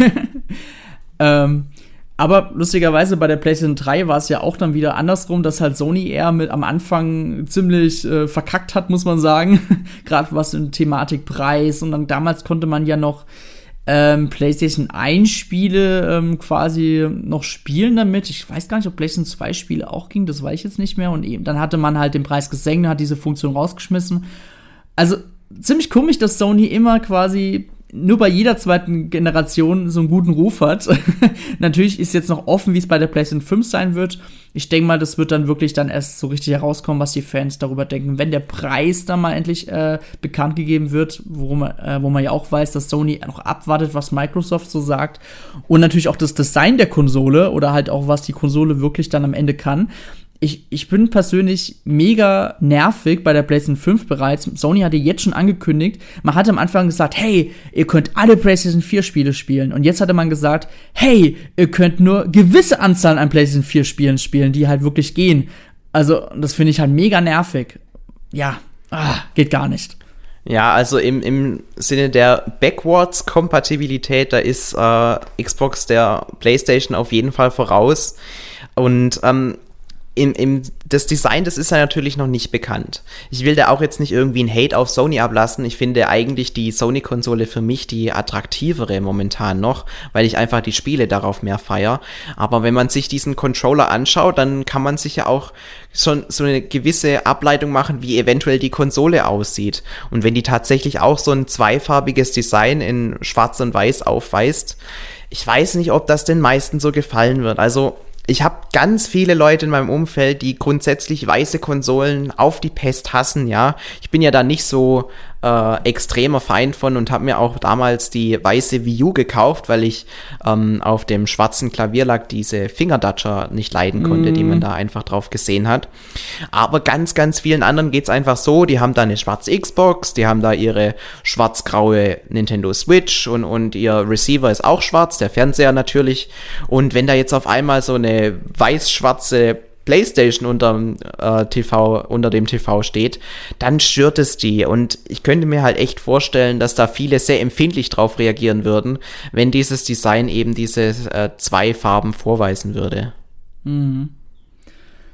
ähm Aber lustigerweise bei der PlayStation drei war es ja auch dann wieder andersrum, dass halt Sony eher mit am Anfang ziemlich äh, verkackt hat, muss man sagen. Gerade was in Thematik Preis. Und dann damals konnte man ja noch ähm, PlayStation eins Spiele ähm, quasi noch spielen damit. Ich weiß gar nicht, ob PlayStation zwei Spiele auch ging, das weiß ich jetzt nicht mehr. Und eben, dann hatte man halt den Preis gesenkt, hat diese Funktion rausgeschmissen. Also ziemlich komisch, dass Sony immer quasi nur bei jeder zweiten Generation so einen guten Ruf hat. Natürlich ist jetzt noch offen, wie es bei der PlayStation fünf sein wird. Ich denke mal, das wird dann wirklich dann erst so richtig herauskommen, was die Fans darüber denken, wenn der Preis dann mal endlich äh, bekannt gegeben wird, worum, äh, wo man ja auch weiß, dass Sony noch abwartet, was Microsoft so sagt. Und natürlich auch das Design der Konsole oder halt auch, was die Konsole wirklich dann am Ende kann. Ich, ich bin persönlich mega nervig bei der PlayStation fünf bereits. Sony hatte jetzt schon angekündigt, man hatte am Anfang gesagt, hey, ihr könnt alle PlayStation vier Spiele spielen. Und jetzt hatte man gesagt, hey, ihr könnt nur gewisse Anzahl an PlayStation vier Spielen spielen, die halt wirklich gehen. Also, das finde ich halt mega nervig. Ja, ah, geht gar nicht. Ja, also im, im Sinne der Backwards-Kompatibilität, da ist äh, Xbox der PlayStation auf jeden Fall voraus. Und ähm, Im, im, das Design, das ist ja natürlich noch nicht bekannt. Ich will da auch jetzt nicht irgendwie einen Hate auf Sony ablassen. Ich finde eigentlich die Sony-Konsole für mich die attraktivere momentan noch, weil ich einfach die Spiele darauf mehr feiere. Aber wenn man sich diesen Controller anschaut, dann kann man sich ja auch schon so eine gewisse Ableitung machen, wie eventuell die Konsole aussieht. Und wenn die tatsächlich auch so ein zweifarbiges Design in Schwarz und Weiß aufweist, ich weiß nicht, ob das den meisten so gefallen wird. Also ich habe ganz viele Leute in meinem Umfeld, die grundsätzlich weiße Konsolen auf die Pest hassen, ja. Ich bin ja da nicht so äh, extremer Feind von und habe mir auch damals die weiße Wii U gekauft, weil ich ähm, auf dem schwarzen Klavierlack diese Fingerdatscher nicht leiden konnte, mm. die man da einfach drauf gesehen hat. Aber ganz, ganz vielen anderen geht's einfach so, die haben da eine schwarze Xbox, die haben da ihre schwarz-graue Nintendo Switch und, und ihr Receiver ist auch schwarz, der Fernseher natürlich. Und wenn da jetzt auf einmal so eine weiß-schwarze PlayStation unterm, äh, T V, unter dem T V steht, dann stört es die. Und ich könnte mir halt echt vorstellen, dass da viele sehr empfindlich drauf reagieren würden, wenn dieses Design eben diese äh, zwei Farben vorweisen würde. Mhm.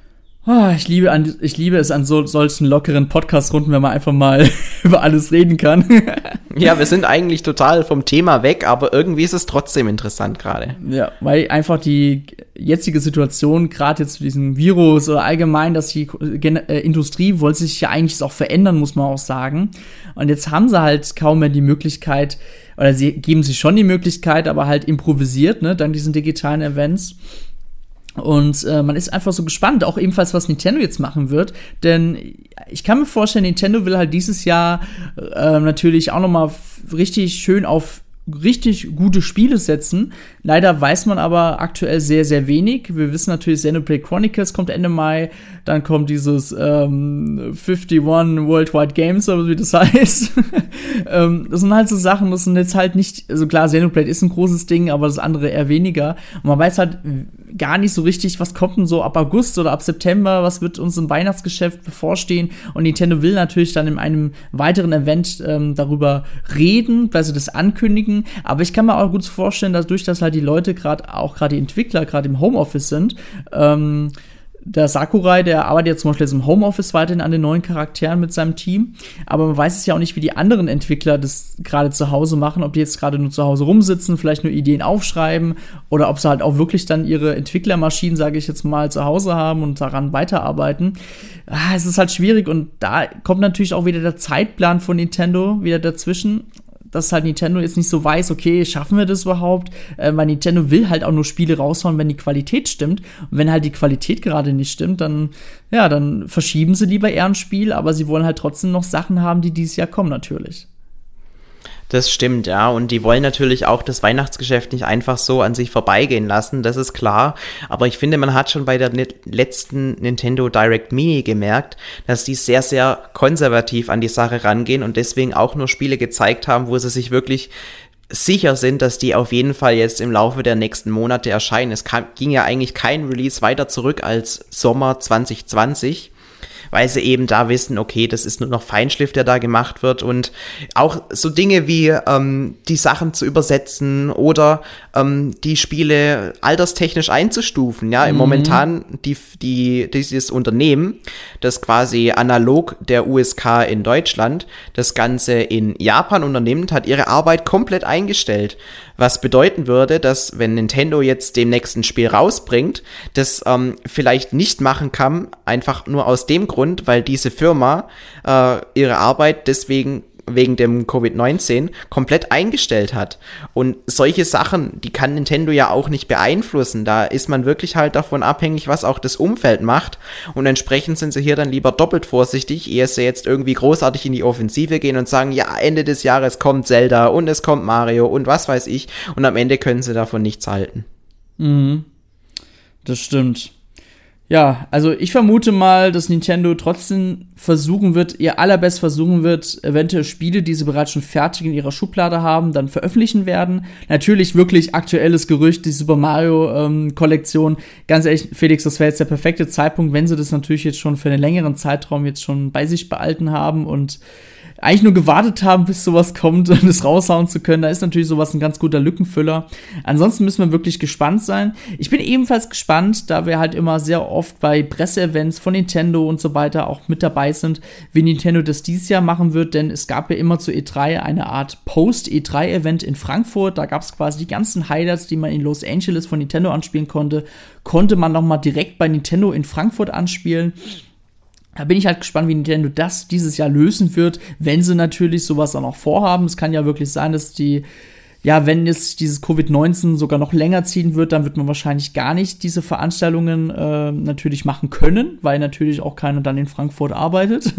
Oh, ich liebe an, ich liebe es an so, solchen lockeren Podcast-Runden, wenn man einfach mal über alles reden kann. Ja, wir sind eigentlich total vom Thema weg, aber irgendwie ist es trotzdem interessant gerade. Ja, weil einfach die jetzige Situation, gerade jetzt zu diesem Virus oder allgemein, dass die Gen- äh, Industrie wollte sich ja eigentlich auch verändern, muss man auch sagen. Und jetzt haben sie halt kaum mehr die Möglichkeit, oder sie geben sich schon die Möglichkeit, aber halt improvisiert, ne, dank diesen digitalen Events. Und äh, man ist einfach so gespannt, auch ebenfalls, was Nintendo jetzt machen wird. Denn ich kann mir vorstellen, Nintendo will halt dieses Jahr äh, natürlich auch nochmal f- richtig schön auf richtig gute Spiele setzen. Leider weiß man aber aktuell sehr, sehr wenig. Wir wissen natürlich, Xenoblade Chronicles kommt Ende Mai. Dann kommt dieses ähm, einundfünfzig Worldwide Games, oder wie das heißt. ähm, das sind halt so Sachen, das sind jetzt halt nicht, also klar, Xenoblade ist ein großes Ding, aber das andere eher weniger. Und man weiß halt gar nicht so richtig, was kommt denn so ab August oder ab September, was wird uns im Weihnachtsgeschäft bevorstehen. Und Nintendo will natürlich dann in einem weiteren Event ähm, darüber reden, also das ankündigen. Aber ich kann mir auch gut vorstellen, dass durch das halt die Leute gerade, auch gerade die Entwickler, gerade im Homeoffice sind, ähm, der Sakurai, der arbeitet ja zum Beispiel jetzt im Homeoffice weiterhin an den neuen Charakteren mit seinem Team, aber man weiß es ja auch nicht, wie die anderen Entwickler das gerade zu Hause machen, ob die jetzt gerade nur zu Hause rumsitzen, vielleicht nur Ideen aufschreiben oder ob sie halt auch wirklich dann ihre Entwicklermaschinen, sage ich jetzt mal, zu Hause haben und daran weiterarbeiten. Ah, es ist halt schwierig und da kommt natürlich auch wieder der Zeitplan von Nintendo wieder dazwischen, dass halt Nintendo jetzt nicht so weiß, okay, schaffen wir das überhaupt? Äh, weil Nintendo will halt auch nur Spiele raushauen, wenn die Qualität stimmt. Und wenn halt die Qualität gerade nicht stimmt, dann, ja, dann verschieben sie lieber eher ein Spiel, aber sie wollen halt trotzdem noch Sachen haben, die dieses Jahr kommen, natürlich. Das stimmt, ja. Und die wollen natürlich auch das Weihnachtsgeschäft nicht einfach so an sich vorbeigehen lassen, das ist klar. Aber ich finde, man hat schon bei der letzten Nintendo Direct Mini gemerkt, dass die sehr, sehr konservativ an die Sache rangehen und deswegen auch nur Spiele gezeigt haben, wo sie sich wirklich sicher sind, dass die auf jeden Fall jetzt im Laufe der nächsten Monate erscheinen. Es kam, ging ja eigentlich kein Release weiter zurück als Sommer zwanzig zwanzig. Weil sie eben da wissen, okay, das ist nur noch Feinschliff, der da gemacht wird und auch so Dinge wie ähm, die Sachen zu übersetzen oder ähm, die Spiele alterstechnisch einzustufen, ja, mhm. Momentan die, die, dieses Unternehmen, das quasi analog der U S K in Deutschland das Ganze in Japan unternimmt, hat ihre Arbeit komplett eingestellt. Was bedeuten würde, dass wenn Nintendo jetzt demnächst ein Spiel rausbringt, das ähm, vielleicht nicht machen kann, einfach nur aus dem Grund, weil diese Firma äh, ihre Arbeit deswegen wegen dem Covid neunzehn komplett eingestellt hat. Und solche Sachen, die kann Nintendo ja auch nicht beeinflussen. Da ist man wirklich halt davon abhängig, was auch das Umfeld macht. Und entsprechend sind sie hier dann lieber doppelt vorsichtig, ehe sie jetzt irgendwie großartig in die Offensive gehen und sagen, ja, Ende des Jahres kommt Zelda und es kommt Mario und was weiß ich. Und am Ende können sie davon nichts halten. Mhm. Das stimmt. Ja, also ich vermute mal, dass Nintendo trotzdem versuchen wird, ihr allerbest versuchen wird, eventuell Spiele, die sie bereits schon fertig in ihrer Schublade haben, dann veröffentlichen werden. Natürlich wirklich aktuelles Gerücht, die Super Mario-Kollektion. Ähm, Ganz ehrlich, Felix, das wäre jetzt der perfekte Zeitpunkt, wenn sie das natürlich jetzt schon für einen längeren Zeitraum jetzt schon bei sich behalten haben und eigentlich nur gewartet haben, bis sowas kommt, um das raushauen zu können. Da ist natürlich sowas ein ganz guter Lückenfüller. Ansonsten müssen wir wirklich gespannt sein. Ich bin ebenfalls gespannt, da wir halt immer sehr oft bei Presseevents von Nintendo und so weiter auch mit dabei sind, wie Nintendo das dieses Jahr machen wird, denn es gab ja immer zu E drei eine Art Post-E drei Event in Frankfurt. Da gab es quasi die ganzen Highlights, die man in Los Angeles von Nintendo anspielen konnte, konnte man nochmal direkt bei Nintendo in Frankfurt anspielen. Da bin ich halt gespannt, wie Nintendo das dieses Jahr lösen wird, wenn sie natürlich sowas auch noch vorhaben. Es kann ja wirklich sein, dass die, ja, wenn jetzt dieses Covid neunzehn sogar noch länger ziehen wird, dann wird man wahrscheinlich gar nicht diese Veranstaltungen äh, natürlich machen können, weil natürlich auch keiner dann in Frankfurt arbeitet.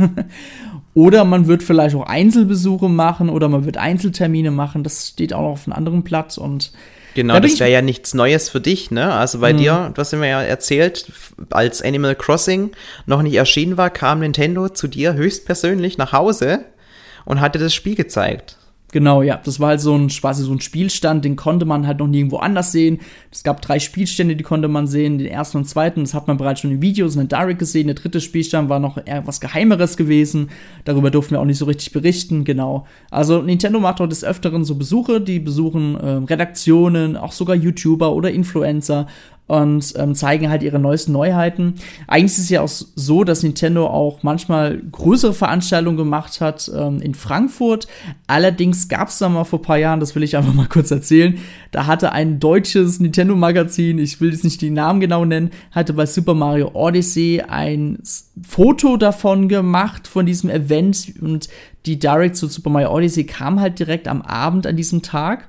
Oder man wird vielleicht auch Einzelbesuche machen oder man wird Einzeltermine machen. Das steht auch noch auf einem anderen Blatt und Genau, da das wäre ja nichts Neues für dich, ne? Also bei mhm. dir, du hast mir ja erzählt, als Animal Crossing noch nicht erschienen war, kam Nintendo zu dir höchstpersönlich nach Hause und hatte das Spiel gezeigt. Genau, ja, das war halt so ein, quasi so ein Spielstand, den konnte man halt noch nirgendwo anders sehen. Es gab drei Spielstände, die konnte man sehen, den ersten und zweiten, das hat man bereits schon in Videos in der Direct gesehen. Der dritte Spielstand war noch eher was Geheimeres gewesen, darüber durften wir auch nicht so richtig berichten, genau. Also Nintendo macht auch des Öfteren so Besuche, die besuchen äh, Redaktionen, auch sogar YouTuber oder Influencer und ähm, zeigen halt ihre neuesten Neuheiten. Eigentlich ist es ja auch so, dass Nintendo auch manchmal größere Veranstaltungen gemacht hat ähm, in Frankfurt. Allerdings gab es da mal vor ein paar Jahren, das will ich einfach mal kurz erzählen, da hatte ein deutsches Nintendo-Magazin, ich will jetzt nicht die Namen genau nennen, hatte bei Super Mario Odyssey ein Foto davon gemacht, von diesem Event, und die Direct zu Super Mario Odyssey kam halt direkt am Abend an diesem Tag.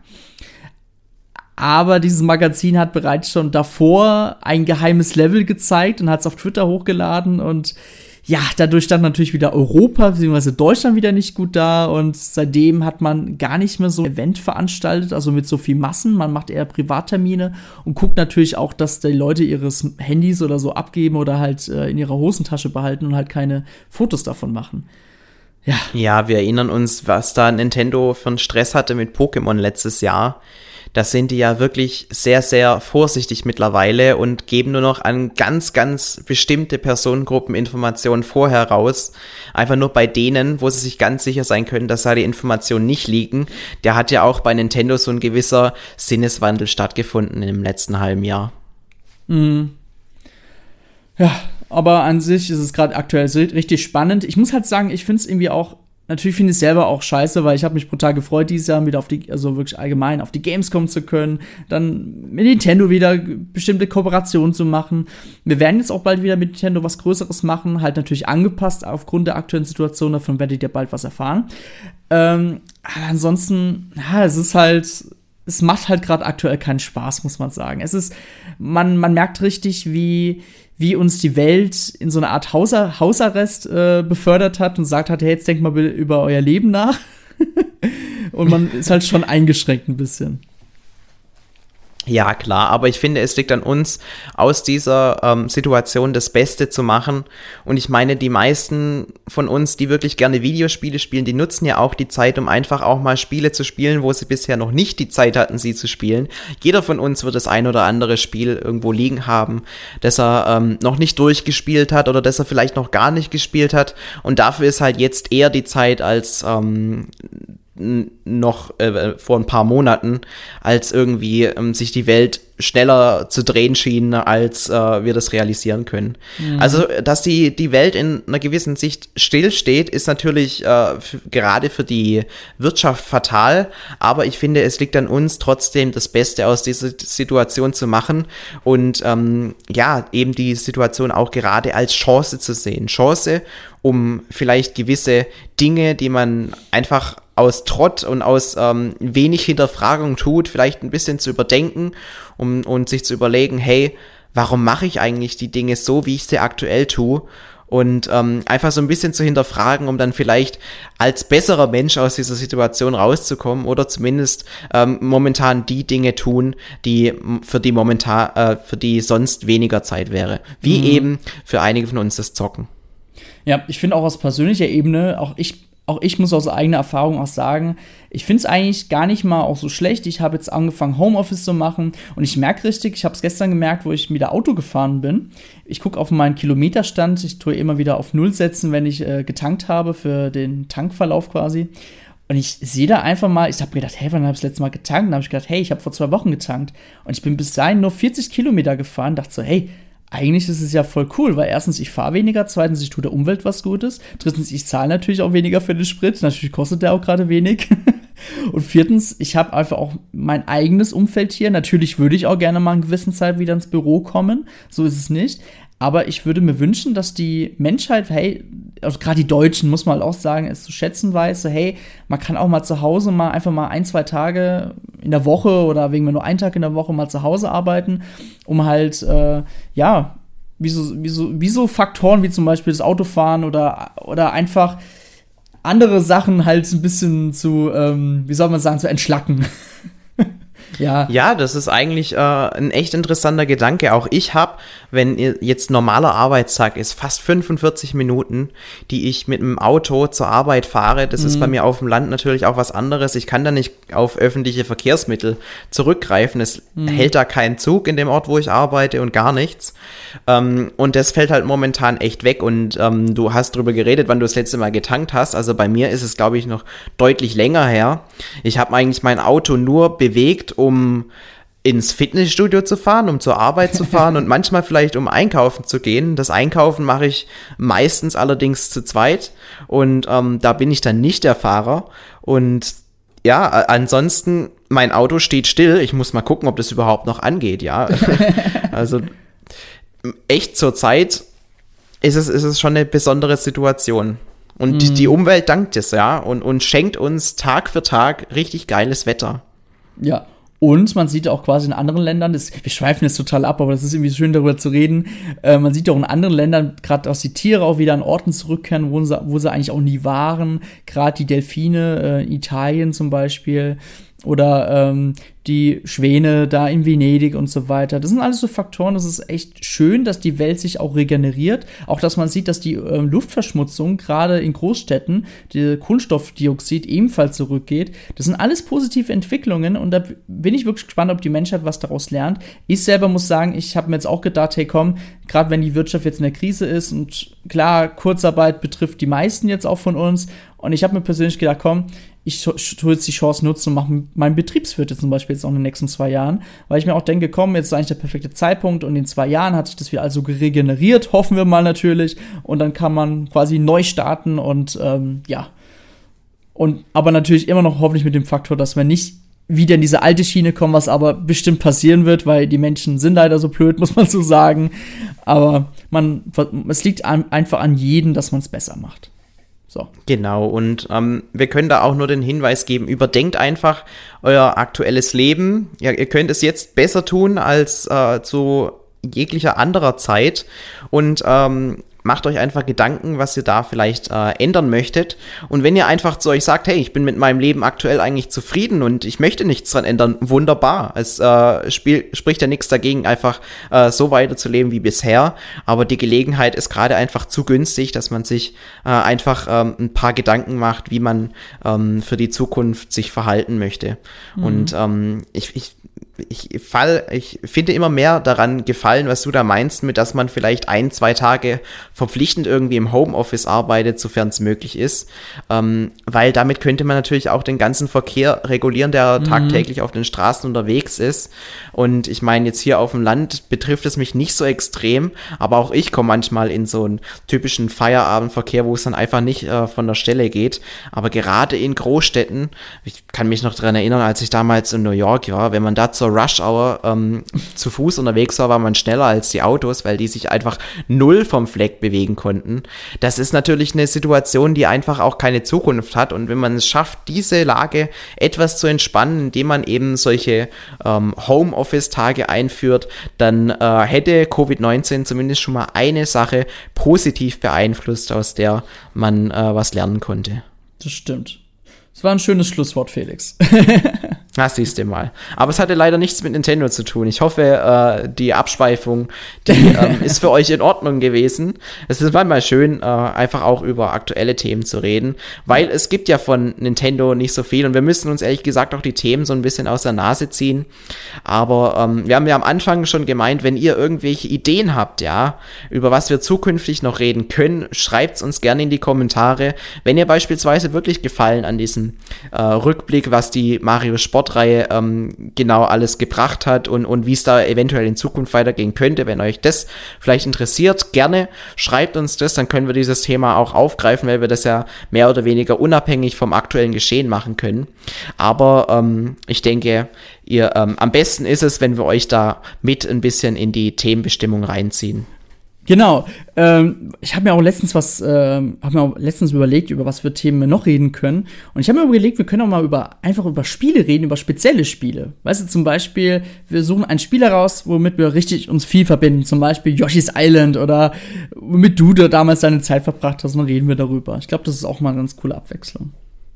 Aber dieses Magazin hat bereits schon davor ein geheimes Level gezeigt und hat es auf Twitter hochgeladen. Und ja, dadurch stand natürlich wieder Europa bzw. Deutschland wieder nicht gut da. Und seitdem hat man gar nicht mehr so ein Event veranstaltet, also mit so viel Massen. Man macht eher Privattermine und guckt natürlich auch, dass die Leute ihre Handys oder so abgeben oder halt äh, in ihrer Hosentasche behalten und halt keine Fotos davon machen. Ja. Ja, wir erinnern uns, was da Nintendo für einen Stress hatte mit Pokémon letztes Jahr. Da sind die ja wirklich sehr, sehr vorsichtig mittlerweile und geben nur noch an ganz, ganz bestimmte Personengruppen Informationen vorher raus. Einfach nur bei denen, wo sie sich ganz sicher sein können, dass da die Informationen nicht liegen. Da hat ja auch bei Nintendo so ein gewisser Sinneswandel stattgefunden im letzten halben Jahr. Mhm. Ja, aber an sich ist es gerade aktuell richtig spannend. Ich muss halt sagen, ich finde es irgendwie auch, natürlich finde ich es selber auch scheiße, weil ich habe mich brutal gefreut, dieses Jahr wieder auf die, also wirklich allgemein auf die Games kommen zu können, dann mit Nintendo wieder bestimmte Kooperationen zu machen. Wir werden jetzt auch bald wieder mit Nintendo was Größeres machen, halt natürlich angepasst aufgrund der aktuellen Situation, davon werdet ihr bald was erfahren. Ähm, aber ansonsten, ja, es ist halt, es macht halt gerade aktuell keinen Spaß, muss man sagen. Es ist, man, man merkt richtig, wie wie uns die Welt in so eine Art Hausar- Hausarrest äh, befördert hat und sagt hat, hey, jetzt denkt mal über euer Leben nach. Und man ist halt schon eingeschränkt ein bisschen. Ja, klar, aber ich finde, es liegt an uns, aus dieser ähm, Situation das Beste zu machen. Und ich meine, die meisten von uns, die wirklich gerne Videospiele spielen, die nutzen ja auch die Zeit, um einfach auch mal Spiele zu spielen, wo sie bisher noch nicht die Zeit hatten, sie zu spielen. Jeder von uns wird das ein oder andere Spiel irgendwo liegen haben, das er ähm, noch nicht durchgespielt hat oder das er vielleicht noch gar nicht gespielt hat. Und dafür ist halt jetzt eher die Zeit als ähm, noch äh, vor ein paar Monaten, als irgendwie ähm, sich die Welt schneller zu drehen schien, als äh, wir das realisieren können. Mhm. Also, dass die, die Welt in einer gewissen Sicht stillsteht, ist natürlich äh, f- gerade für die Wirtschaft fatal, aber ich finde, es liegt an uns, trotzdem das Beste aus dieser Situation zu machen und ähm, ja, eben die Situation auch gerade als Chance zu sehen. Chance, um vielleicht gewisse Dinge, die man einfach aus Trott und aus ähm, wenig Hinterfragung tut, vielleicht ein bisschen zu überdenken, um und sich zu überlegen, hey, warum mache ich eigentlich die Dinge so, wie ich sie aktuell tue? Und ähm, einfach so ein bisschen zu hinterfragen, um dann vielleicht als besserer Mensch aus dieser Situation rauszukommen oder zumindest ähm, momentan die Dinge tun, die für die momentan, äh, für die sonst weniger Zeit wäre. Wie mhm. eben für einige von uns das Zocken. Ja, ich finde auch aus persönlicher Ebene, auch ich Auch ich muss aus eigener Erfahrung auch sagen, ich finde es eigentlich gar nicht mal auch so schlecht. Ich habe jetzt angefangen, Homeoffice zu machen und ich merke richtig, ich habe es gestern gemerkt, wo ich wieder Auto gefahren bin. Ich gucke auf meinen Kilometerstand, ich tue immer wieder auf Null setzen, wenn ich äh, getankt habe für den Tankverlauf quasi. Und ich sehe da einfach mal, ich habe gedacht, hey, wann habe ich das letzte Mal getankt? Und dann habe ich gedacht, hey, ich habe vor zwei Wochen getankt. Und ich bin bis dahin nur vierzig Kilometer gefahren, dachte so, hey, eigentlich ist es ja voll cool, weil erstens, ich fahre weniger, zweitens, ich tue der Umwelt was Gutes, drittens, ich zahle natürlich auch weniger für den Sprit, natürlich kostet der auch gerade wenig. Und viertens, ich habe einfach auch mein eigenes Umfeld hier. Natürlich würde ich auch gerne mal in gewissen Zeit wieder ins Büro kommen, so ist es nicht. Aber ich würde mir wünschen, dass die Menschheit, hey, also gerade die Deutschen, muss man halt auch sagen, es zu schätzen weiß, so, hey, man kann auch mal zu Hause mal einfach mal ein, zwei Tage in der Woche oder wegen mir nur einen Tag in der Woche mal zu Hause arbeiten, um halt, äh, ja, wie so, wie, so, wie so Faktoren wie zum Beispiel das Autofahren oder, oder einfach andere Sachen halt ein bisschen zu, ähm, wie soll man sagen, zu entschlacken. Ja. Ja, das ist eigentlich äh, ein echt interessanter Gedanke. Auch ich habe, wenn jetzt normaler Arbeitstag ist, fast fünfundvierzig Minuten, die ich mit dem Auto zur Arbeit fahre. Das mhm. ist bei mir auf dem Land natürlich auch was anderes. Ich kann da nicht auf öffentliche Verkehrsmittel zurückgreifen. Es mhm. hält da keinen Zug in dem Ort, wo ich arbeite und gar nichts. Ähm, und das fällt halt momentan echt weg. Und ähm, du hast drüber geredet, wann du das letzte Mal getankt hast. Also bei mir ist es, glaube ich, noch deutlich länger her. Ich habe eigentlich mein Auto nur bewegt, um ins Fitnessstudio zu fahren, um zur Arbeit zu fahren und manchmal vielleicht um einkaufen zu gehen. Das Einkaufen mache ich meistens allerdings zu zweit und ähm, da bin ich dann nicht der Fahrer. Und ja, ansonsten, mein Auto steht still. Ich muss mal gucken, ob das überhaupt noch angeht, ja. Also echt zur Zeit ist es, ist es schon eine besondere Situation. Und mhm. die Umwelt dankt es, ja, und, und schenkt uns Tag für Tag richtig geiles Wetter. Ja. Und man sieht auch quasi in anderen Ländern, das, wir schweifen jetzt total ab, aber das ist irgendwie schön, darüber zu reden. Äh, man sieht auch in anderen Ländern, gerade dass die Tiere auch wieder an Orten zurückkehren, wo sie, wo sie eigentlich auch nie waren. Gerade die Delfine äh, in Italien zum Beispiel oder ähm, die Schwäne da in Venedig und so weiter. Das sind alles so Faktoren, das ist echt schön, dass die Welt sich auch regeneriert. Auch, dass man sieht, dass die ähm, Luftverschmutzung gerade in Großstädten, die Kohlenstoffdioxid ebenfalls zurückgeht. Das sind alles positive Entwicklungen und da bin ich wirklich gespannt, ob die Menschheit was daraus lernt. Ich selber muss sagen, ich habe mir jetzt auch gedacht, hey komm, gerade wenn die Wirtschaft jetzt in der Krise ist und klar, Kurzarbeit betrifft die meisten jetzt auch von uns und ich habe mir persönlich gedacht, komm, ich tue jetzt die Chance nutzen und mache meinen Betriebswirt jetzt zum Beispiel jetzt auch in den nächsten zwei Jahren, weil ich mir auch denke, komm, jetzt ist eigentlich der perfekte Zeitpunkt und in zwei Jahren hat sich das wieder also regeneriert, hoffen wir mal natürlich, und dann kann man quasi neu starten und ähm, ja, und aber natürlich immer noch hoffentlich mit dem Faktor, dass wir nicht wieder in diese alte Schiene kommen, was aber bestimmt passieren wird, weil die Menschen sind leider so blöd, muss man so sagen, aber man, es liegt an, einfach an jedem, dass man es besser macht. So. Genau, und ähm, wir können da auch nur den Hinweis geben, überdenkt einfach euer aktuelles Leben. Ja, ihr könnt es jetzt besser tun als äh, zu jeglicher anderer Zeit und ähm, macht euch einfach Gedanken, was ihr da vielleicht äh, ändern möchtet. Und wenn ihr einfach zu euch sagt, hey, ich bin mit meinem Leben aktuell eigentlich zufrieden und ich möchte nichts dran ändern, wunderbar. Es äh, spiel, spricht ja nichts dagegen, einfach äh, so weiterzuleben wie bisher. Aber die Gelegenheit ist gerade einfach zu günstig, dass man sich äh, einfach ähm, ein paar Gedanken macht, wie man ähm, für die Zukunft sich verhalten möchte. Mhm. Und ähm, ich, ich Ich, fall, ich finde immer mehr daran gefallen, was du da meinst, mit dass man vielleicht ein, zwei Tage verpflichtend irgendwie im Homeoffice arbeitet, sofern es möglich ist, ähm, weil damit könnte man natürlich auch den ganzen Verkehr regulieren, der mhm. tagtäglich auf den Straßen unterwegs ist. Und ich meine, jetzt hier auf dem Land betrifft es mich nicht so extrem, aber auch ich komme manchmal in so einen typischen Feierabendverkehr, wo es dann einfach nicht äh, von der Stelle geht. Aber gerade in Großstädten, ich kann mich noch daran erinnern, als ich damals in New York war, wenn man da zur Rush Hour ähm, zu Fuß unterwegs war, war man schneller als die Autos, weil die sich einfach null vom Fleck bewegen konnten. Das ist natürlich eine Situation, die einfach auch keine Zukunft hat, und wenn man es schafft, diese Lage etwas zu entspannen, indem man eben solche ähm, Homeoffice-Tage einführt, dann äh, hätte Covid neunzehn zumindest schon mal eine Sache positiv beeinflusst, aus der man äh, was lernen konnte. Das stimmt. Das war ein schönes Schlusswort, Felix. Na, siehst du mal. Aber es hatte leider nichts mit Nintendo zu tun. Ich hoffe, äh, die Abschweifung, die ähm, ist für euch in Ordnung gewesen. Es ist manchmal schön, äh, einfach auch über aktuelle Themen zu reden, weil es gibt ja von Nintendo nicht so viel und wir müssen uns ehrlich gesagt auch die Themen so ein bisschen aus der Nase ziehen. Aber ähm, wir haben ja am Anfang schon gemeint, wenn ihr irgendwelche Ideen habt, ja, über was wir zukünftig noch reden können, schreibt's uns gerne in die Kommentare. Wenn ihr beispielsweise wirklich Gefallen an diesem äh, Rückblick, was die Mario Sport Reihe ähm, genau alles gebracht hat und, und wie es da eventuell in Zukunft weitergehen könnte. Wenn euch das vielleicht interessiert, gerne schreibt uns das, dann können wir dieses Thema auch aufgreifen, weil wir das ja mehr oder weniger unabhängig vom aktuellen Geschehen machen können. Aber ähm, ich denke, ihr ähm, am besten ist es, wenn wir euch da mit ein bisschen in die Themenbestimmung reinziehen. Genau. Ähm, ich habe mir auch letztens was, ähm, habe mir auch letztens überlegt, über was für Themen wir noch reden können. Und ich habe mir überlegt, wir können auch mal über einfach über Spiele reden, über spezielle Spiele. Weißt du, zum Beispiel, wir suchen ein Spiel heraus, womit wir richtig uns viel verbinden. Zum Beispiel Yoshi's Island oder womit du da damals deine Zeit verbracht hast. Und dann reden wir darüber. Ich glaube, das ist auch mal eine ganz coole Abwechslung.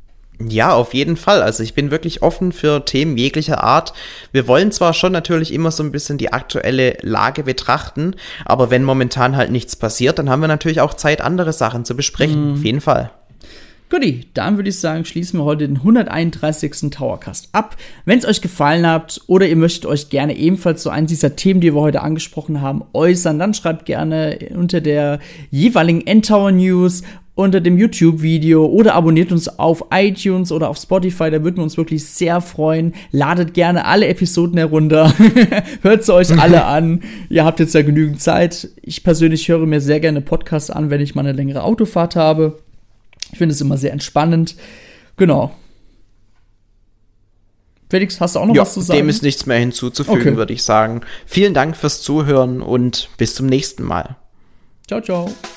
Ja, auf jeden Fall. Also ich bin wirklich offen für Themen jeglicher Art. Wir wollen zwar schon natürlich immer so ein bisschen die aktuelle Lage betrachten, aber wenn momentan halt nichts passiert, dann haben wir natürlich auch Zeit, andere Sachen zu besprechen. Mhm. Auf jeden Fall. Guti, dann würde ich sagen, schließen wir heute den hunderteinunddreißigsten Towercast ab. Wenn es euch gefallen hat oder ihr möchtet euch gerne ebenfalls so eins dieser Themen, die wir heute angesprochen haben, äußern, dann schreibt gerne unter der jeweiligen N-Tower News unter dem YouTube-Video oder abonniert uns auf iTunes oder auf Spotify, da würden wir uns wirklich sehr freuen. Ladet gerne alle Episoden herunter, hört sie euch alle an. Ihr habt jetzt ja genügend Zeit. Ich persönlich höre mir sehr gerne Podcasts an, wenn ich mal eine längere Autofahrt habe. Ich finde es immer sehr entspannend. Genau. Felix, hast du auch noch ja, was zu sagen? Dem ist nichts mehr hinzuzufügen, okay. würde ich sagen. Vielen Dank fürs Zuhören und bis zum nächsten Mal. Ciao, ciao.